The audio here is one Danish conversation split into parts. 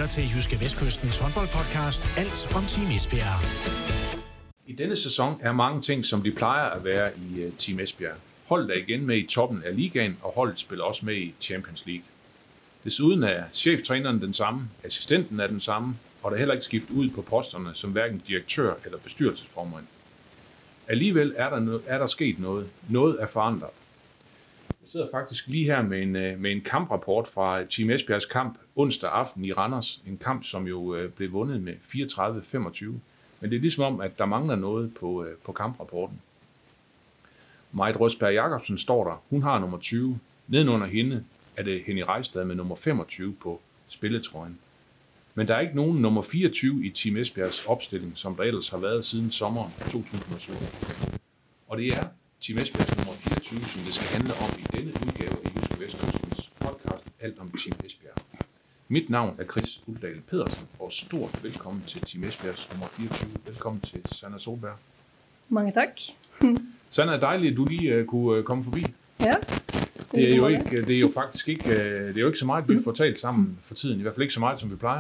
til Jyske Vestkystens håndboldpodcast Alt om Team Esbjerg. I denne sæson er mange ting, som de plejer at være i Team Esbjerg. Holdet er igen med i toppen af ligaen, og holdet spiller også med i Champions League. Desuden er cheftræneren den samme, assistenten er den samme, og der er heller ikke skiftet ud på posterne som hverken direktør eller bestyrelsesformand. Alligevel er der sket noget. Noget er forandret. Jeg sidder faktisk lige her med en kamprapport fra Team Esbjergs kamp onsdag aften i Randers. En kamp, som jo blev vundet med 34-25. Men det er ligesom om, at der mangler noget på kamprapporten. Majt Røsberg Jacobsen står der. Hun har nummer 20. Nedenunder hende er det Henny Rejstad med nummer 25 på spilletrøjen. Men der er ikke nogen nummer 24 i Team Esbjergs opstilling, som der ellers har været siden sommeren 2017. Og det er Team Esbjergs nummer 24, som det skal handle om i denne udgave af Jyske Vestkystens podcast Alt om Team Esbjerg. Mit navn er Chris Uldal Pedersen, og stort velkommen til Team Esbjergs nummer 24. Velkommen til Sanna Solberg. Mange tak. Sanna, er dejligt, at du lige kunne komme forbi. Ja. Det er jo faktisk ikke, det er jo ikke så meget, vi får talt sammen for tiden. I hvert fald ikke så meget, som vi plejer.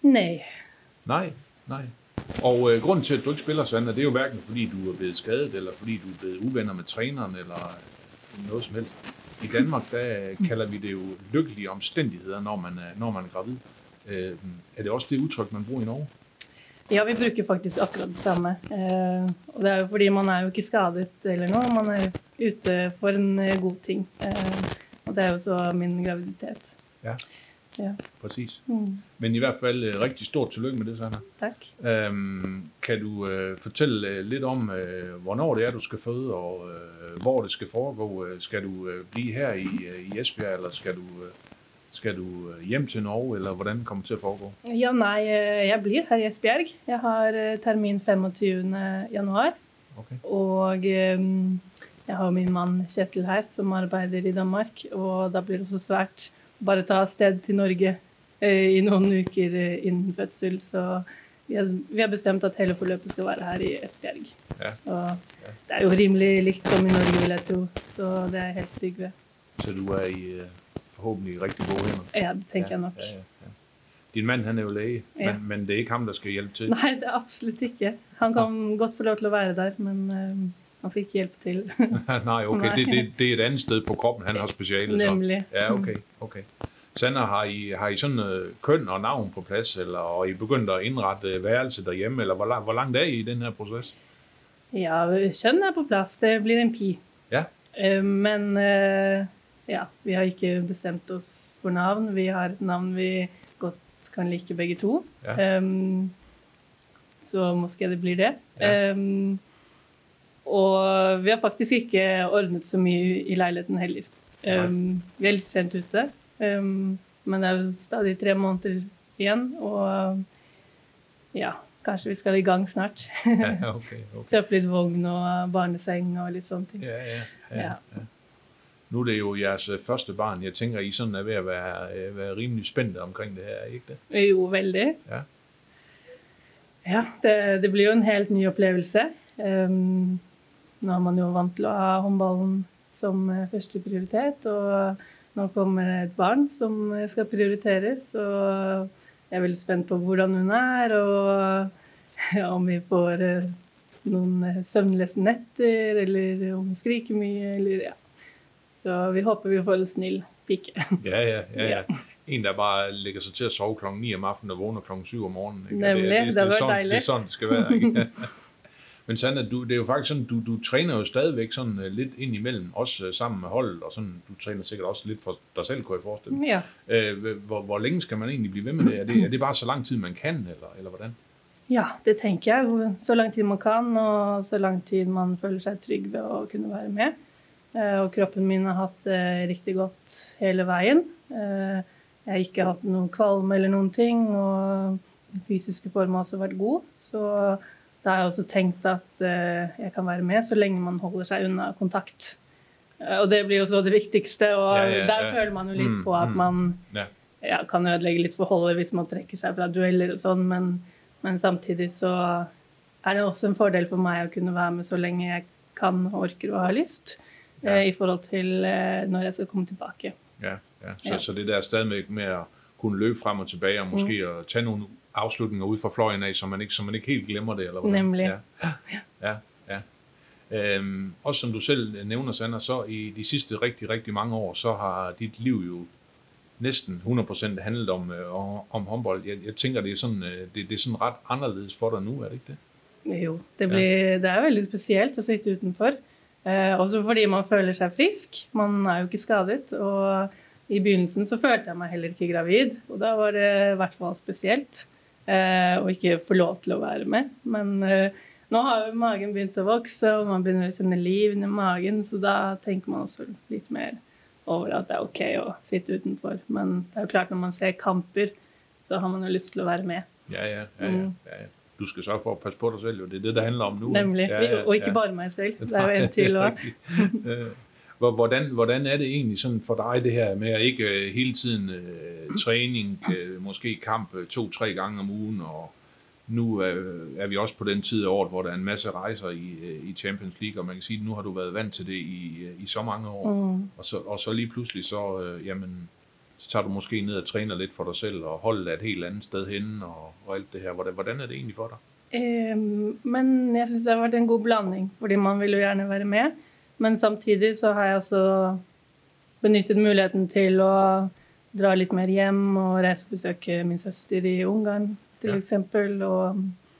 Nej. Nej. Og grunden til, at du ikke spiller, Sanna, det er jo hverken fordi du er blevet skadet, eller fordi du er blevet uvenner med træneren, eller noget som helst. I Danmark, der kalder vi det jo lykkelige omstændigheder, når man er gravid. Er det også det udtryk, man bruger i Norge? Ja, vi bruger faktisk akkurat det samme. Og det er jo fordi man er jo ikke skadet eller noe, man er ute for en god ting. Og det er jo så min graviditet. Ja. Præcis. Men i hvert fald rigtig stort tillykke med det, Sanna. Tak. Kan du fortælle lidt om, hvornår det er, du skal føde, og hvor det skal foregå? Skal du blive her i Esbjerg, eller skal du hjem til Norge, eller hvordan det kommer til at foregå? Ja, nej, jeg bliver her i Esbjerg. Jeg har termin 25. januar. Okay. Og jeg har min mand Kjetil her, som arbejder i Danmark, og da bliver det så svært bare ta sted til Norge i noen uker innen fødsel, så vi har bestemt at hele forløpet skal være her i Esbjerg. Ja. Så det er jo rimelig likt som i Norge, vil jeg tro, så det er helt trygg ved. Så du er i forhåbentlig rigtig gode hænder? Ja, det tænker jeg nok. Ja. Din mand, han er jo læge, men det er ikke ham, der skal hjælpe til? Nej, det er absolut ikke. Han kan godt få lov til at være der, men han skal ikke hjælpe til. Nej, okay. Nej. Det er et andet sted på kroppen, han har speciale. Nemlig. Så. Ja, okay. Sanna, har I sådan køn og navn på plads, eller I begyndt at indrette værelse derhjemme, eller hvor langt er I i den her proces? Ja, køn er på plads. Det bliver en pige. Ja. Men vi har ikke bestemt os for navn. Vi har et navn vi godt kan like begge to. Ja. Så måske det blir det. Ja. Og vi har faktisk ikke ordnet så mye i leiligheten heller. Vi er litt sent ute, men det er jo stadig 3 måneder igjen, og ja, kanskje vi skal i gang snart. Ja, okay. Kjøpe litt vogn og barneseng og litt sånne ting. Ja. Nu er det jo jeres første barn. Jeg tænker, I sådan er ved at være rimelig spændte omkring det her, ikke det? Jo, veldig. Ja. Ja, det blir jo en helt ny opplevelse. Nå er man jo vant til å ha håndballen som første prioritet, og nå kommer et barn som skal prioriteres, og jeg er veldig spent på hvordan hun er, og om vi får noen søvnløse netter, eller om hun skriker mye, eller ja. Så vi håper vi får en snill pike. Ja. En, der bare lægger sig til at sove kl. 9 om aftenen og vågner kl. 7 om morgenen. Ikke? Nemlig, det var dejligt. Det er sådan, det skal være. Ikke? Men Sanna, det er jo faktisk sådan, du træner jo stadigvæk sådan lidt ind imellem, også sammen med holdet, og sådan, du træner sikkert også lidt for dig selv, kunne jeg forestille mig. Ja. Hvor længe skal man egentlig blive ved med det? Er det bare så lang tid, man kan, eller hvordan? Ja, det tænker jeg. Så lang tid man kan, og så lang tid man føler sig trygg ved at kunne være med. Og kroppen min har haft det rigtig godt hele vejen. Jeg har ikke haft nogen kvalme eller nogen ting, og den fysiske form har også været god. Så da har jeg også tænkt at jeg kan være med, så længe man holder sig under kontakt. Og det blir jo så det vigtigste, og der føler man jo lidt på, at man kan ødelægge lidt forholdet, hvis man trækker sig fra dueller og sådan, men samtidig så er det også en fordel for mig at kunne være med, så længe jeg kan, orker og har lyst. I forhold til når jeg skal komme tilbage. Ja. Så det der stadig med at kunne løbe frem og tilbage, og måske at tage nogle afslutninger ud fra fløjen af, så man ikke helt glemmer det, eller hvordan? Nemlig. Ja. Også som du selv nævner, Sandra, så i de sidste rigtig, rigtig mange år, så har dit liv jo næsten 100% handlet om håndbold. Jeg tænker, det er sådan ret anderledes for dig nu, er det ikke det? Jo, det er veldig spesielt å sitte utenfor. Også fordi man føler seg frisk. Man er jo ikke skadet. Og i begynnelsen så følte jeg meg heller ikke gravid. Og da var det i hvert fall spesielt å ikke få lov til å være med. Men nå har jo magen begynt å vokse, og man begynner å kjenne liv i magen, så da tenker man også litt mer over at det er ok å sitte utenfor. Men det er jo klart, når man ser kamper, så har man jo lyst til å være med. Ja. Du skal sørge for at passe på dig selv, jo. Det er det, der handler om nu. Nemlig, og ikke bare mig selv. Det er jo en til også. Hvordan er det egentlig sådan for dig, det her med at ikke hele tiden træning, måske kamp 2-3 gange om ugen, og nu er vi også på den tid af året, hvor der er en masse rejser i Champions League, og man kan sige, at nu har du været vant til det i så mange år, og så lige pludselig så tager du måske ned og træner lidt for dig selv, og holdet er et helt andet sted henne, og alt det her. Hvordan er det egentlig for dig? Men jeg synes det har vært en god blanding, fordi man vil jo gjerne være med, men samtidig så har jeg også benyttet muligheten til å dra litt mer hjem og reise og besøke min søster i Ungarn, til eksempel, og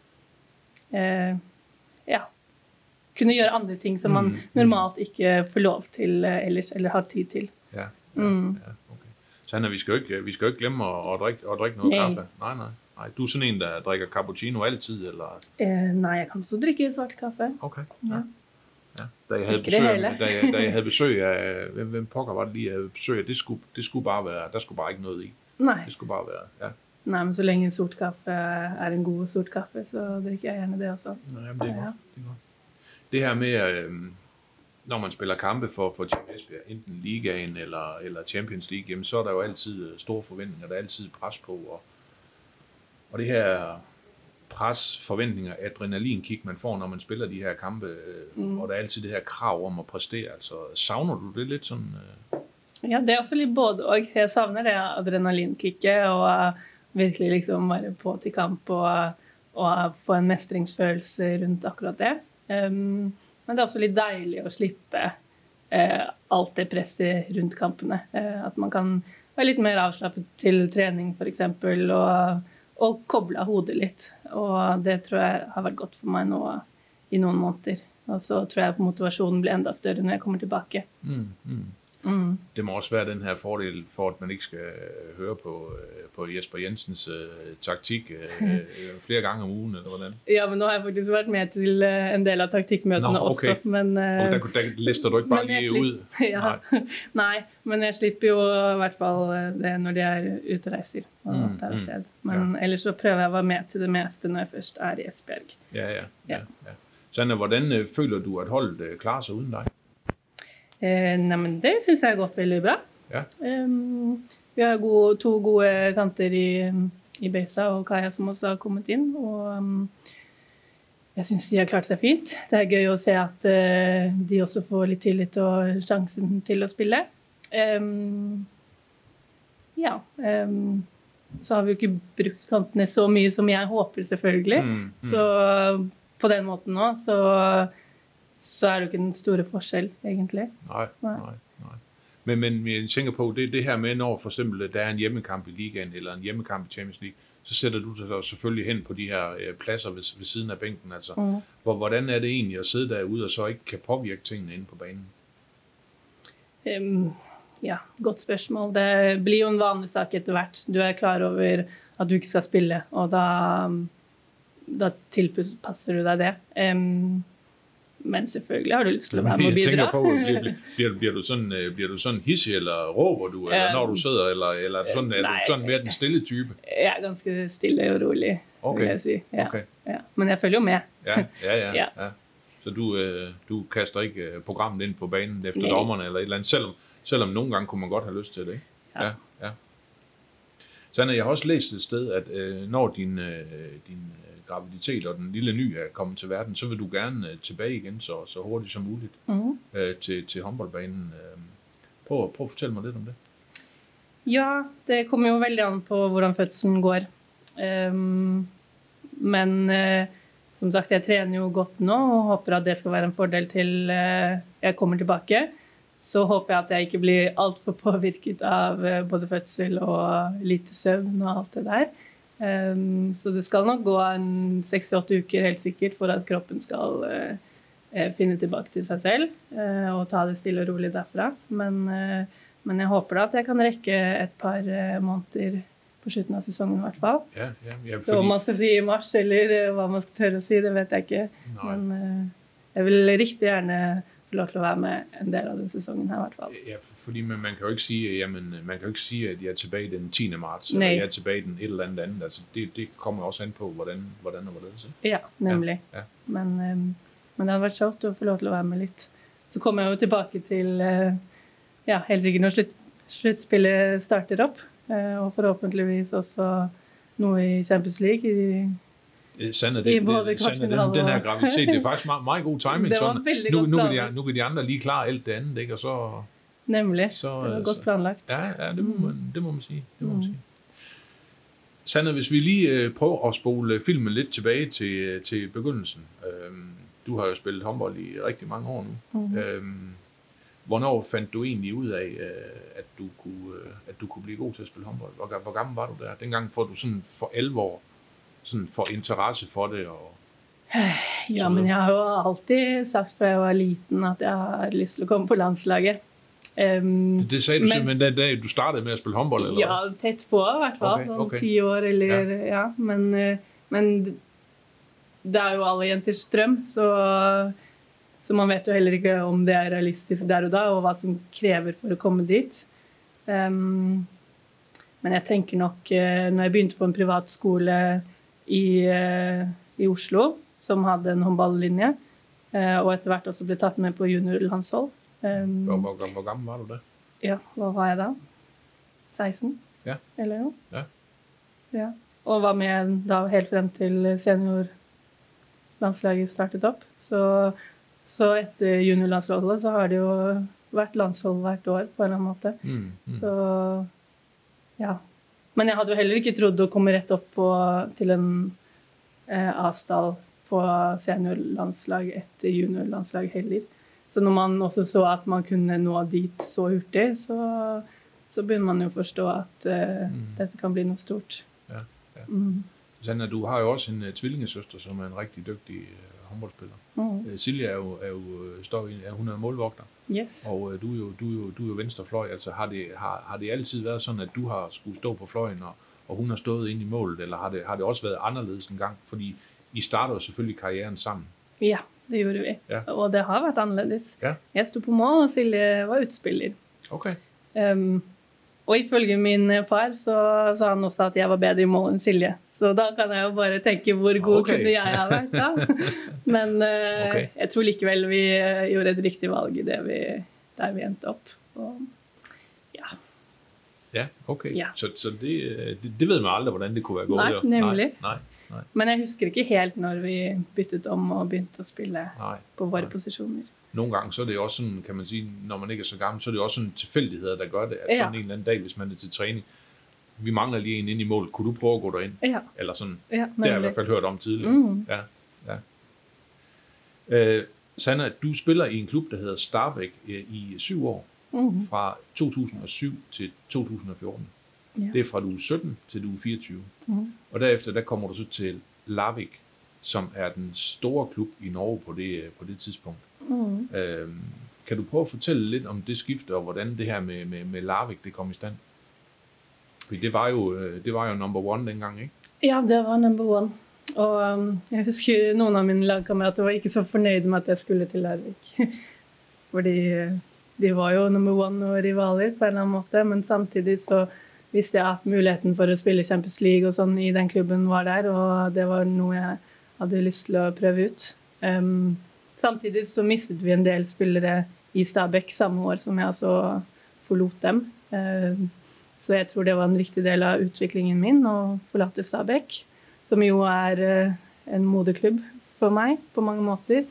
kunne gjøre andre ting som man normalt ikke får lov til ellers, eller har tid til. Ja, okay. Sanna, vi skal jo ikke glemme at drikke noget kaffe. Nej. Du er sådan en, der drikker cappuccino altid, eller? Nej, jeg kan også drikke svart kaffe. Okay, ja. Da jeg havde besøg af, hvem pokker var det lige, jeg havde besøg af, det skulle bare være, der skulle bare ikke noget i. Nej. Det skulle bare være, ja. Nej, men så længe sort kaffe er en god sort kaffe, så drikker jeg gerne det også. Jamen, det er godt. Det her med, når man spiller kampe for Team Esbjerg, enten Ligaen eller Champions League, jamen, så er der jo altid store forventninger, der er altid pres på, og det her pres, forventninger, adrenalinkick, man får, når man spiller de her kampe, og der er altid det her krav om at præstere, altså savner du det lidt sådan? Ja, det er også litt både og. Jeg savner det adrenalinkicket, og virkelig liksom være på til kamp, og få en mestringsfølelse rundt akkurat det. Men det er også litt deilig å slippe alt det presset rundt kampene. At man kan være litt mer avslappet til trening, for eksempel, og koble av hodet litt. Og det tror jeg har vært godt for meg nå i noen måneder. Og så tror jeg motivasjonen blir enda større når jeg kommer tilbake. Det må også være den her fordel for, at man ikke skal høre på Jesper Jensens taktik flere gange om ugen, eller hvordan? Ja, men nå har jeg faktisk vært med til en del av taktikkmøtene også. Men, og der lister du ikke bare lige ud? Ja, nej, men jeg slipper jo i hvert fall det, når de er utereiser og tager sted. Men ellers så prøver jeg at være med til det meste, når jeg først er i Esbjerg. Ja. Sanna, hvordan føler du, at holdet klarer sig uden dig? Nei, men det synes jeg har gått veldig bra. Ja. Vi har to gode kanter i Beisa og Kaja som også har kommet inn, og jeg synes de har klart seg fint. Det er gøy å se at de også får litt tillit og sjansen til å spille. Så har vi jo ikke brukt kantene så mye som jeg håper, selvfølgelig. Så på den måten nå, så er det jo ikke den store forskjell, egentlig. Nej. Men jeg tænker på, det her med, når for eksempel der er en hjemmekamp i Ligaen, eller en hjemmekamp i Champions League, så sætter du dig selvfølgelig hen på de her pladser ved siden af bænken. Altså. Hvordan er det egentlig at sidde derude, og så ikke kan påvirke tingene inde på banen? Ja, godt spørsmål. Det blir jo en vanlig sak etter hvert. Du er klar over at du ikke skal spille, og da tilpasser du deg det. Men selvfølgelig har du lyst til at være med og bidra. Jeg tænker på, bliver du sådan hissig, eller råber du, eller når du sidder, eller er du sådan mere den stille type? Jeg er ganske stille og rolig, vil jeg sige. Ja. Okay. Ja. Men jeg følger jo med. Ja. Så du kaster ikke programmet ind på banen efter dommerne, eller et eller andet, selvom nogle gange kunne man godt have lyst til det, ikke? Ja. Sanna, jeg har også læst et sted, at når din graviditet og den lille ny er kommet til verden, så vil du gerne tilbage igen så hurtigt som muligt til håndboldbanen. Prøv at fortælle mig lidt om det. Ja, det kommer jo veldig an på hvordan fødselen går. Men som sagt, jeg trener jo godt nå og håper at det skal være en fordel til jeg kommer tilbake. Så håper jeg at jeg ikke blir alt for påvirket av både fødsel og lite søvn og alt det der. Så det skal nok gå 6-8 uker helt sikkert for at kroppen skal finne tilbake til seg selv og ta det stille og rolig derfra. Men jeg håper da at jeg kan rekke et par måneder på slutten av sesongen I hvert fall. Ja, fordi... Så om man skal si I mars eller hva man skal tørre å si, det vet jeg ikke. Nej. Men jeg vil riktig gjerne få lov til å være med en del av den sesongen her I hvert fall. Ja, fordi man kan jo ikke sige, jamen, man kan jo ikke sige, at jeg tilbage den 10. marts, Nej. eller jeg tilbage den et eller andet. Altså, det kommer også an på, hvordan og hvorledes. Ja, nemlig. Ja. Men det hadde vært sjovt å få lov til å være med litt. Så kommer jeg jo tilbake til, helt sikkert når sluttspillet starter opp, og forhåpentligvis også noe I Champions League Sanne, I både kvartfinale den her graviditet, det faktisk meget god timing. Det var veldig godt planlagt. Nu kan de andre lige klare alt det andet, ikke? Og så... Nemlig, så, det var godt planlagt. Ja, det må man sige. Det må man sige. Sanne, hvis vi lige prøver at spole filmen lidt tilbage til begyndelsen. Du har jo spillet håndbold I rigtig mange år nu. Hvornår fandt du egentlig ud af, at du kunne blive god til at spille håndbold? Hvor gammel var du der? Dengang får du sådan for alvor sådan for interesse for det? Og ja, men jeg har jo alltid sagt fra jeg var liten at jeg har lyst til å komme på landslaget. Det sagde du simpelthen den dag du startede med at spille håndbold? Eller ja, tæt på I hvert fall. Okay. 10 år eller ja. Men det jo alle jenters drøm, så man vet jo heller ikke om det realistisk der og da, og hva som krever for å komme dit. Men jeg tenker nok, når jeg begynte på en privat skole I Oslo, som hadde en håndballlinje, og etter hvert også ble tatt med på juniorlandshold. Hvor gammel var du da? Ja, hva var jeg da? 16? Ja. Eller noe? Ja. Ja. Og var med da helt frem til seniorlandslaget startet opp. Så etter juniorlandsholdet så har det jo vært landshold hvert år på en eller annen måte. Så ja. Men jeg hadde jo heller ikke trodd å komme rett opp til en A-stall på seniorlandslag etter juniorlandslag heller. Så når man også så at man kunne nå dit så hurtig, så begynner man jo å forstå at dette kan bli noe stort. Ja. Sanna, du har jo også en tvillingesøster, som en rigtig dygtig håndboldspiller. Silja hun målvogter. Yes. Og du er jo venstrefløj. Altså har det altid været sådan, at du har skulle stå på fløjen, og hun har stået inde I målet, eller har det også været anderledes en gang? Fordi I startede selvfølgelig karrieren sammen. Ja, det gjorde vi. Ja. Og det har vært annerledes. Ja. Jeg stod på mål, og Silje var utspiller. Okay. Og ifølge min far så sa han også at jeg var bedre I mål enn Silje. Så da kan jeg jo bare tenke hvor god kunne jeg ha vært da. Men jeg tror likevel vi gjorde et riktig valg I der vi endte opp. Og, ja. Ja, okay. Ja. Så det ved man aldrig, hvordan det kunne være gået. Nei, nemlig. Nej. Men jeg husker ikke helt når vi byttet om og begynte å spille på våre posisjoner. Nogle gange så er det også sådan, kan man sige, når man ikke er så gammel, så er det også sådan tilfældigheder, der gør det, at sådan en eller anden dag, hvis man er til træning, vi mangler lige en ind I mål, kunne du prøve at gå derind? Ja. Eller sådan. Ja, det har jeg I hvert fald hørt om tidligere. Ja. Sanna, du spiller I en klub, der hedder Starbæk I 7 år, fra 2007 til 2014. Ja. Det fra du 17 til du 24. Og derefter, der kommer du så til Larvik, som den store klub I Norge på det tidspunkt. Kan du prøve at fortælle lidt om det skifte, og hvordan det her med Larvik, det kom I stand? Fordi det var jo number one dengang, ikke? Ja, det var number one. Og jeg husker noen av mine lagkammerater var ikke så fornøyde med at jeg skulle til Larvik. Fordi de var jo number one og rivaler på en eller annen måte, men samtidig så visste jeg at muligheten for å spille Champions League og sånn I den klubben var der, og det var noe jeg hadde lyst til å prøve ut. Samtidig så mistet vi en del spillere I Stabæk samme år som jeg så forlot dem. Så jeg tror det var en riktig del av utviklingen min å forlate Stabæk, som jo en moderklubb for meg på mange måter.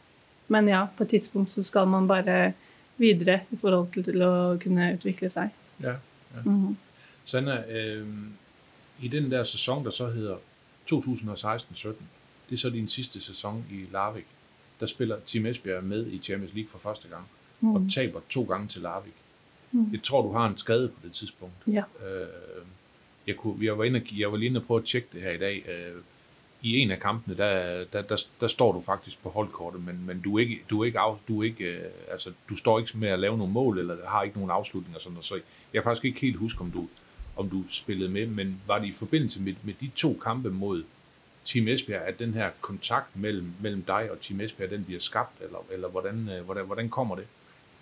Men ja, på et tidspunkt så skal man bare videre I forhold til å kunne utvikle seg. Ja. Mm-hmm. Sanna, i den der sæson, der så hedder 2016-17, det er så din sidste sæson i Larvik. Der spiller Team Esbjerg med i Champions League for første gang, og taber 2 gange til Larvik. Jeg tror, du har en skade på det tidspunkt. Ja. Jeg var lige inde og prøve at tjekke det her i dag. I en af kampene, der står du faktisk på holdkortet, men du står ikke med at lave nogle mål, eller har ikke nogen afslutninger og sådan noget. Så jeg kan faktisk ikke helt huske, om du spillede med, men var det i forbindelse med de 2 kampe mod Team Esbjerg, at den her kontakt mellem dig og Team Esbjerg, den bliver skabt, eller hvordan kommer det?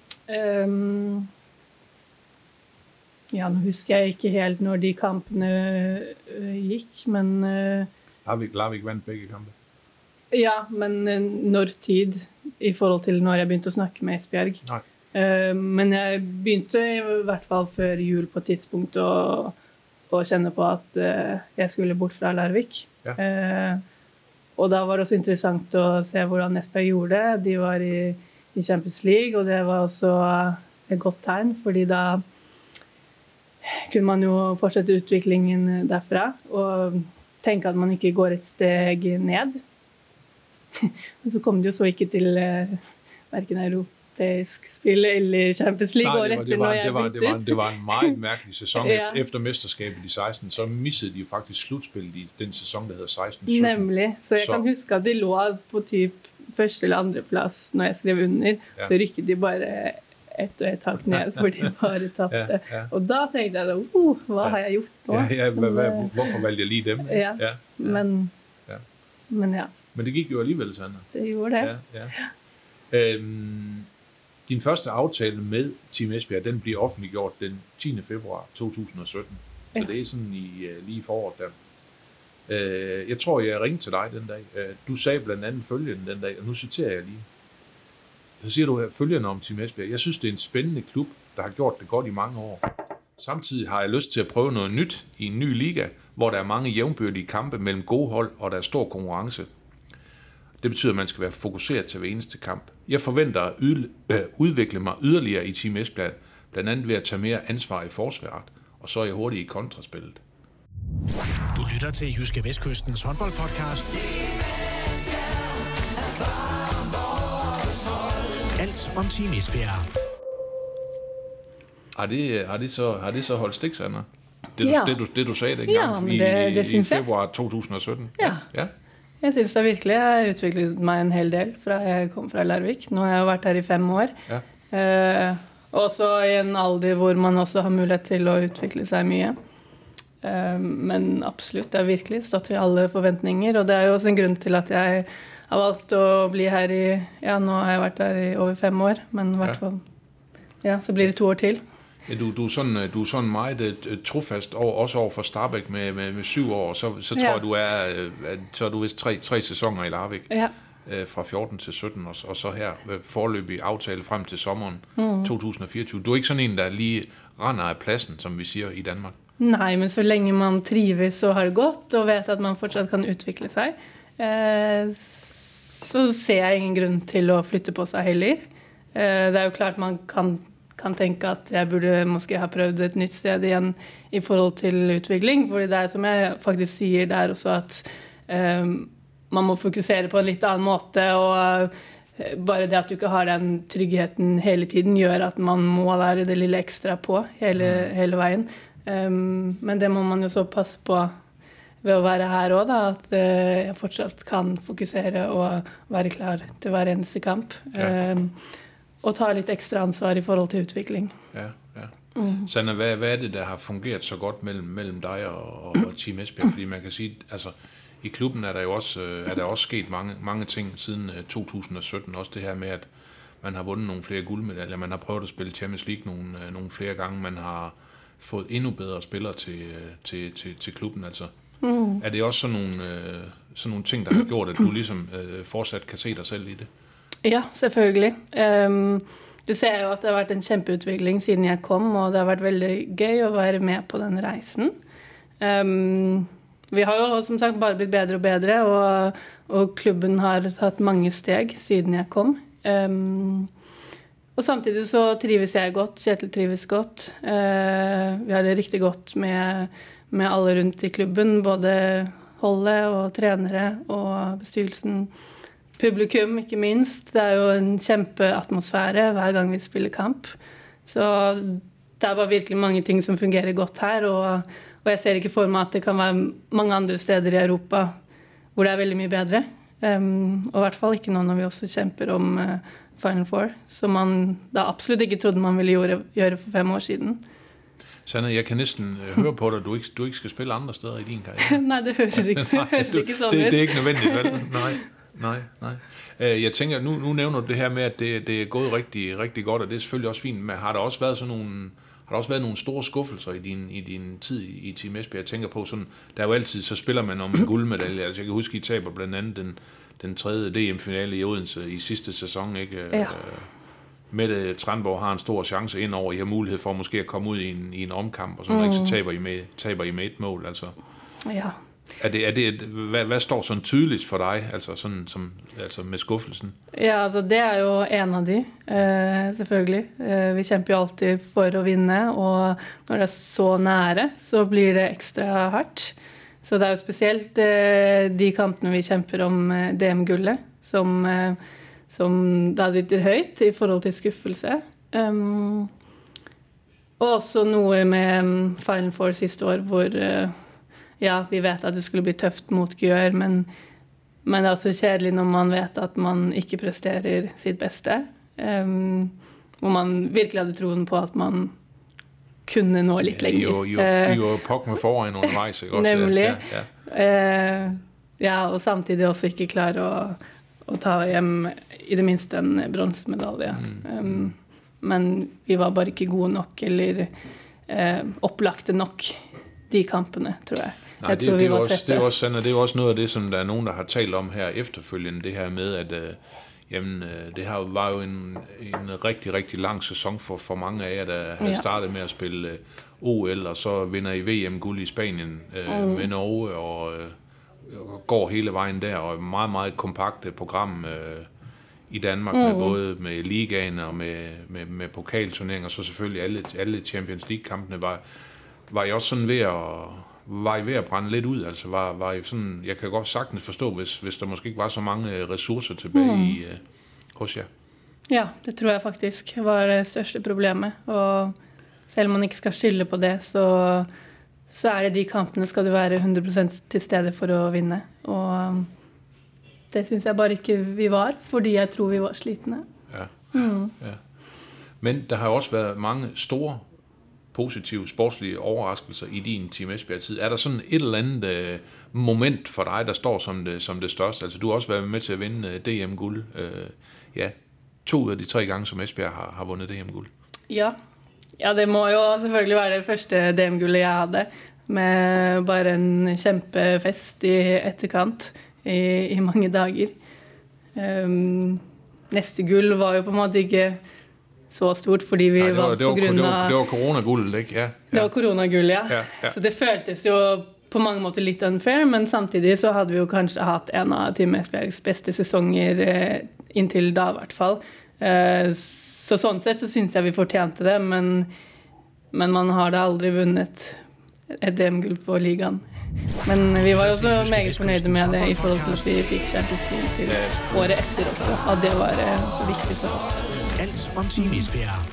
Ja, nu husker jeg ikke helt, når de kampene gik, men... Larvik vandt begge kampe? Ja, men når tid, i forhold til når jeg begynte at snakke med Esbjerg. Nej. Men jeg begynte i hvert fall før jul på et tidspunkt at kende på, at jeg skulle bort fra Larvik. Ja. Og da var det også interessant at se, hvordan Esbjerg gjorde det. De var i Champions League, og det var også et godt tegn, fordi da kunne man jo fortsette utviklingen derfra, og tænke, at man ikke går et steg ned. Men så kom det jo så ikke til hverken europæisk spil eller Champions League. Det var en meget mærkelig sæson. Ja. Efter mesterskabet i 16, så missede de jo faktisk slutspillet i den sæson, der hedder 16-17. Nemlig. Så jeg kan huske, at de lå på typ første eller andre plads, når jeg skrev under. Ja. Så rykket de bare et tak ned, for de bare tabte. Ja. Og da tenkte jeg, hvad har jeg gjort nå? Hvorfor valgte jeg lige dem? Ja. Men ja. Men det gik jo alligevel, Sanna. Det gjorde det. Ja. Din første aftale med Team Esbjerg, den bliver offentliggjort den 10. februar 2017. Så det er sådan lige i foråret der. Jeg tror, jeg ringte til dig den dag. Du sagde blandt andet følgende den dag, og nu citerer jeg lige. Så siger du følgende om Team Esbjerg. Jeg synes, det er en spændende klub, der har gjort det godt i mange år. Samtidig har jeg lyst til at prøve noget nyt i en ny liga, hvor der er mange jævnbyrdige kampe mellem gode hold, og der er stor konkurrence. Det betyder, at man skal være fokuseret til hver eneste kamp. Jeg forventer at udvikle mig yderligere i Team Esbjerg, blandt andet ved at tage mere ansvar i forsvaret, og så er jeg hurtigt i kontraspillet. Du lytter til Jyske Vestkystens håndboldpodcast. Alt om Team Esbjerg. Har det så holdt stik, Sanna? Det du sagde dengang i februar 2017? Ja. Jeg synes jeg virkelig har utviklet mig en hel del fra jeg kom fra Larvik. Nu har jeg vært her i 5 år. Ja. Og så i en alder hvor man også har mulighed til at udvikle sig mye. Men absolut, det har virkelig stått til alle forventninger, og det er jo også en grund til at jeg har valgt at blive her i, nu har jeg været her i over 5 år, men i hvert fall, så bliver det 2 år til. Ja, du er sådan meget trofast også over for Starbæk med 7 år, så tror jeg, så er du vist 3 sæsoner i Larvik. Ja. Fra 14 til 17, og så her foreløbig aftale frem til sommeren 2024. Du er ikke sådan en, der lige render af pladsen, som vi siger i Danmark. Nej, men så længe man trives så har det godt, og vet at man fortsat kan udvikle sig, så ser jeg ingen grund til at flytte på sig heller. Det er jo klart, man kan tænke, at jeg burde måske have prøvet et nyt sted igen i forhold til udvikling, fordi det er, som jeg faktisk siger, det er også, at man må fokusere på en lidt anden måde, og bare det, at du ikke har den tryggheten hele tiden, gør, at man må være det lille ekstra på hele vejen. Men det må man jo så passe på ved at være her også, da, at jeg fortsat kan fokusere og være klar til hver eneste kamp. Og ta lidt ekstra ansvar i forhold til udvikling. Ja. Sanna, hvad er det, der har fungeret så godt mellem dig og Team Esbjerg? Fordi man kan sige, altså i klubben er der jo også sket mange ting siden 2017. Også det her med, at man har vundet nogle flere guldmedaljer, man har prøvet at spille Champions League nogle flere gange, man har fået endnu bedre spillere til klubben. Altså, er det også sådan nogle ting, der har gjort, at du ligesom fortsat kan se dig selv i det? Ja, selvfølgelig. Du ser jo at det har vært en kjempeutvikling siden jeg kom, og det har vært veldig gøy å være med på den reisen. Vi har jo som sagt bare blitt bedre og bedre, og klubben har tatt mange steg siden jeg kom. Og samtidig så trives jeg godt, Kjetil trives godt. Vi har det riktig godt med alle rundt i klubben, både holdet og trenere og bestyrelsen. Publikum, ikke minst. Det jo en kjempeatmosfære hver gang vi spiller kamp. Så det bare virkelig mange ting som fungerer godt her, og jeg ser ikke for meg at det kan være mange andre steder i Europa hvor det veldig mye bedre. Og i hvert fall ikke nå når vi også kjemper om Final Four, som man da absolutt ikke trodde man ville gjøre for 5 år siden. Sanne, jeg kan næsten høre på dig, at du ikke skal spille andre steder i din karriere. Nej, det høres ikke sådan ud. Det er ikke nødvendigt, vel? Nej. Jeg tænker, nu nævner du det her med, at det er gået rigtig, rigtig godt, og det er selvfølgelig også fint, men har der også været nogle store skuffelser i din tid i Team Esbjerg? Jeg tænker på sådan, der er jo altid, så spiller man om en guldmedalje. Altså jeg kan huske, I taber blandt andet den 3. DM-finale i Odense i sidste sæson, ikke? Ja. Mette Tranborg har en stor chance indover. I har mulighed for måske at komme ud i en omkamp, og sådan noget, så taber I med et mål, altså. Ja. Hvad står sådan tydeligt for dig, altså sådan altså med skuffelsen? Ja, altså det jo en av de, selvfølgelig. Vi kjemper jo alltid for å vinne, og når det så nære, så blir det ekstra hardt. Så det jo spesielt de kampene vi kjemper om DM-gullet, som da sitter høyt i forhold til skuffelse. Og også noe med Final Four siste år, hvor vi vet at det skulle bli tøft mot Gjør, men det også kjedelig når man vet at man ikke presterer sitt beste. Hvor man virkelig hadde troen på at man kunne nå litt lenger. Jo pok med foran underveis, ikke? Nemlig. Og samtidig også ikke klare å ta hjem i det minste en bronsemedalje. Men vi var bare ikke gode nok, eller opplagte nok de kampene, tror jeg. Nej, det er jo også noget af det, som der er nogen, der har talt om her efterfølgende, det her med, at det her var jo en rigtig, rigtig lang sæson for mange af jer, der havde startet med at spille OL, og så vinder I VM-guld i Spanien med Norge, og går hele vejen der, og et meget, meget kompakt program i Danmark, med både med ligaen og med pokalturneringer, og så selvfølgelig alle Champions League-kampene var I også sådan ved at brænde lidt ud, altså var I sådan, jeg kan godt sagtens forstå, hvis der måske ikke var så mange ressourcer tilbage hos jer. Ja, det tror jeg faktisk var det største problemet, og selv om man ikke skal skylde på det, så det de kampene skal du være 100% til stede for å vinne, og det synes jeg bare ikke vi var, fordi jeg tror vi var slitne. Ja. Men der har jo også været mange store positive sportslige overraskelser i din Team Esbjerg-tid. Er der sådan et eller andet moment for dig, der står som det største? Altså, du har også været med til at vinde DM-guld. 2 ud af de 3 gange, som Esbjerg har vundet DM-guld. Ja, det må jo selvfølgelig være det første DM-guldet jeg hadde, med bare en kjempefest i etterkant i mange dager. Næste gull var jo på en måte ikke så stort, fordi vi var på grunn av... Det var koronagullet, ikke? Ja. Det var koronagullet, ja. Så det føltes jo på mange måter litt unfair, men samtidig så hadde vi jo kanskje hatt en av Team Esbjergs beste sesonger inntil da, i hvert fall. Så sånn sett så synes jeg vi fortjente det, men man har da aldri vunnet et DM-gull på ligaen. Men vi var jo også meget fornøyde med det i forhold til at vi fikk Champions League til året etter også, at det var så viktig for oss. Alt om Team Esbjerg.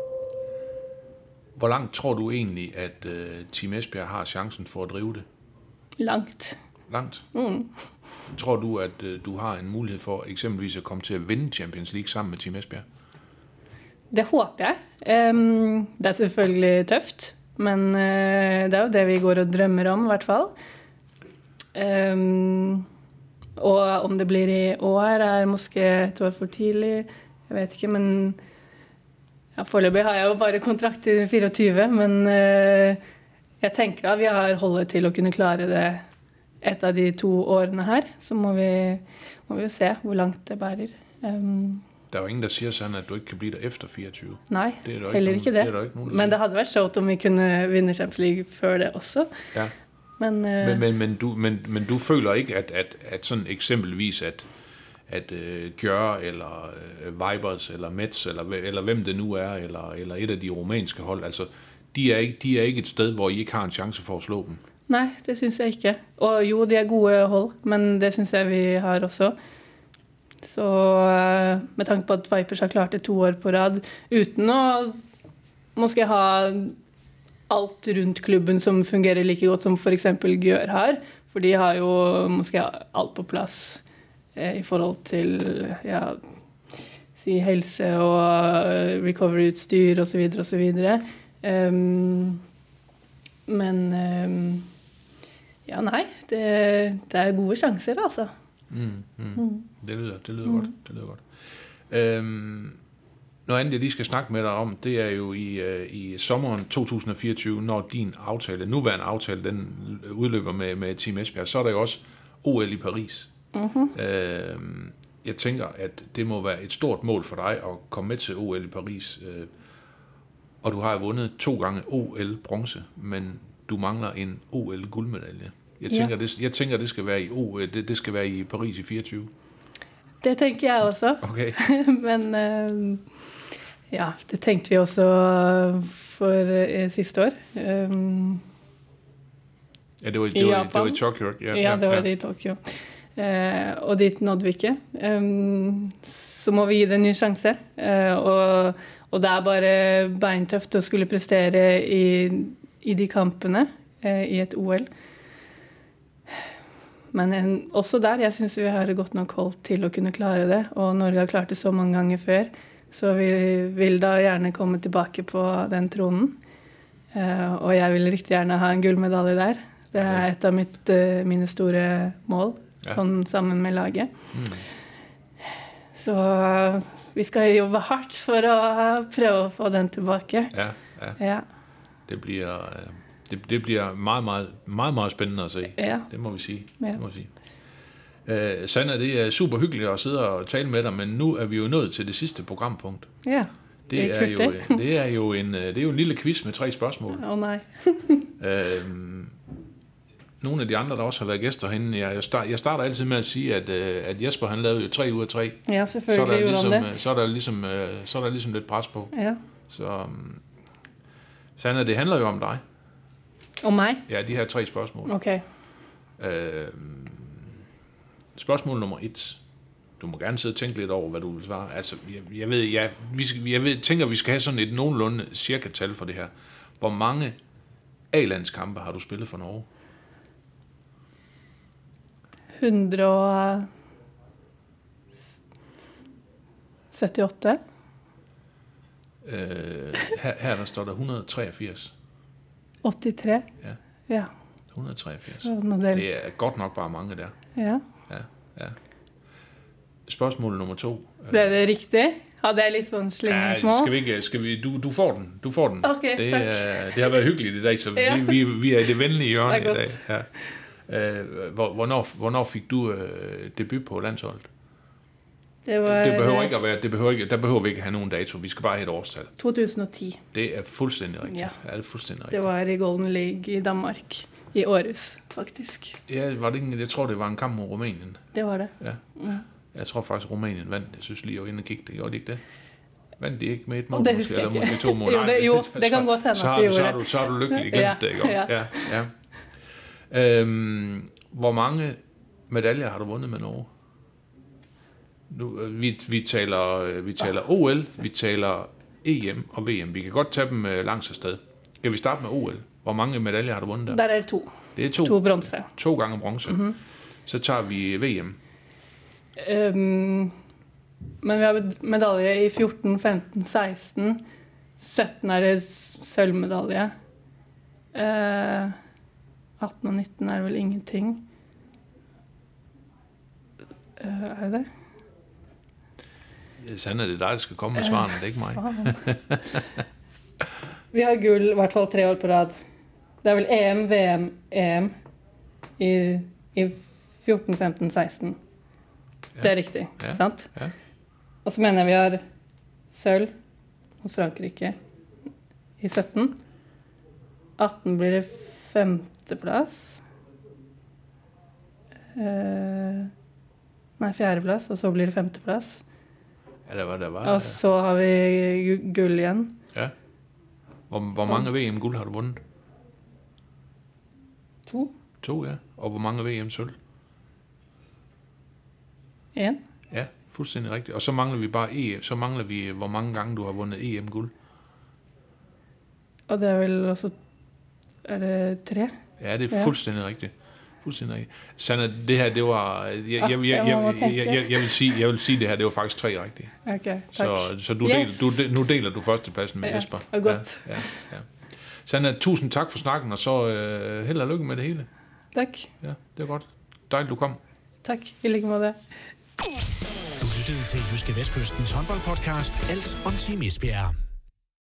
Hvor langt tror du egentlig, at Team Esbjerg har chancen for at drive det? Langt. Langt? Tror du, at du har en mulighed for eksempelvis at komme til at vinde Champions League sammen med Team Esbjerg? Det håper jeg. Det selvfølgelig tøft, men det jo det vi går og drømmer om i hvert fall. Og om det blir i år måske et år for tidlig, jeg vet ikke, men foreløpig har jeg jo bare kontrakt til 24, men jeg tenker at vi har holdet til å kunne klare det et av de 2 årene her, så må vi jo se hvor langt det bærer. Der er jo ingen, der siger sådan, at du ikke kan blive der efter 24. Nej, heller ikke det. Men det hadde vært sjovt om vi kunne vinne Champions League før det også. Ja. Men du føler ikke, at sådan eksempelvis, at Gjør, eller Vipers, eller Mets, eller hvem det nu er, eller et af de romanske hold, altså, de er ikke et sted, hvor I ikke har en chance for at slå dem. Nej, det synes jeg ikke. Og jo, de er gode hold, men det synes jeg vi har også. Så med tanke på at Vipers har klart det 2 år på rad, uten å måske ha alt rundt klubben som fungerer like godt som for eksempel Gjør har, for de har jo måske alt på plass i forhold til si helse og recovery-utstyr og så videre og så videre. Men ja, nei, det er gode chancer, altså. Det lyder godt. Det lyder godt. Noget andet, jeg lige skal snakke med dig om, det er jo i sommeren 2024, når din nuværende aftale, den udløber med Team Esbjerg, så er der jo også OL i Paris. Jeg tænker, at det må være et stort mål for dig at komme med til OL i Paris. Og du har jo vundet 2 gange OL bronze, men du mangler en OL guldmedalje. Jeg tænker, det skal være i OL, det skal være i Paris i 24. Det tænker jeg også. Okay. Men ja, det tænkte vi også for sidste år. Ja, det var i Tokyo. Ja, det var det i Tokyo. Og dit nådde vi ikke. Så må vi gi det en ny chance. Og det er bare beintøft å skulle prestere i de kampene i et OL. Men også der, jeg synes vi har godt nok holdt til å kunne klare det, og Norge har klart det så mange ganger før, så vi vil da gjerne komme tilbake på den tronen. Og jeg vil riktig gjerne ha en guldmedalje der. Det er et av mine store mål, sammen med laget. Så vi skal jobbe hardt for å prøve å få den tilbake. Ja. Det bliver meget, meget, meget, meget spændende at se. Ja. Det må vi sige. Sanna, det er super hyggeligt at sidde og tale med dig, men nu er vi jo nået til det sidste programpunkt. Ja, det er jo en lille quiz med 3 spørgsmål. Nej. Nogle af de andre, der også har været gæster herinde, jeg starter altid med at sige, at Jesper, han lavede jo 3 ud af 3. Ja, selvfølgelig så er der ligesom lidt pres på. Ja. Så Sanna, det handler jo om dig. Om mig? Ja, de her 3 spørgsmål. Okay. Spørgsmål nummer 1. Du må gerne sidde og tænke lidt over, hvad du vil svare. Altså, jeg tænker, vi skal have sådan et nogenlunde cirka-tal for det her. Hvor mange A-landskampe har du spillet for Norge? 178. Her der står der 183. 83? Ja. 183. Det er godt nok bare mange der. Ja. Spørgsmål nummer 2. Det er det rigtigt? Ja, det er lidt sådan slingsmål. Du får den. Du får den. Okay, tak. Det har været hyggeligt i dag, så vi er i det venlige hjørne i dag. Ja. Hvornår fik du debut på landsholdet? Det behøver vi ikke have nogen dato. Vi skal bare have et årstal. 2010. Det er fuldstændig rigtigt. Ja. Det er fuldstændig rigtigt. Det var i Golden League i Danmark. I Aarhus, faktisk. Ja, jeg tror, det var en kamp mod Rumænien. Det var det. Ja. Jeg tror faktisk, Rumænien vandt. Jeg synes lige, jeg var inde og kigge det. Gjorde de ikke det? Vandt de ikke med et mål? Det husker jeg ikke. Eller 2 mål? Jo, det kan godt hende, at det gjorde det. Så er du lykkelig glemt det, ikke? Ja. Hvor mange medaljer har du vundet med Norge? Nu, vi taler OL, vi taler EM og VM. Vi kan godt tage dem langs afsted. Skal vi starte med OL? Hvor mange medaljer har du vundet der? Der er 2. Det er 2. 2 bronze. 2 gange bronze. Mm-hmm. Så tager vi VM. Men vi har medalje i 14, 15, 16. 17 er det sølvmedalje. 18 og 19 er vel ingenting. Er det? Sandt er det dig, der skal komme med svarene, det er ikke mig. Vi har guld i hvert fall 3 år på rad. Det er vel EM, VM, EM i 14, 15, 16. Ja. Det er riktig, sant? Ja. Og så mener jeg vi har sølv hos Frankrike i 17. 18 blir det 5. plass. Nei, 4. plass, og så blir det 5. plass. Ja, det var. Og så har vi gull igjen. Ja. Hvor mange VM-guld har du vundet? 2. 2, ja. Og hvor mange VM-sølv? 1. Ja, fuldstændig rigtigt. Og så mangler vi bare EM. Så mangler vi, hvor mange gange du har vundet EM-guld. Og det er vel også... Er det 3? Ja, det er fuldstændig rigtigt. Fuldstændig rigtigt. Sanna, det her, det var... Jeg vil sige, det her, det var faktisk 3 rigtige. Okay, tak. Så nu deler du førstepladsen med Jesper. Ja, godt. Ja. Sanna, tusind tak for snakken, og så held og lykke med det hele. Tak. Ja, det er godt. Dejligt, du kom. Tak, i lige måde. Du lyttede til Jyske Vestkystens håndboldpodcast, Alt om Team Esbjerg.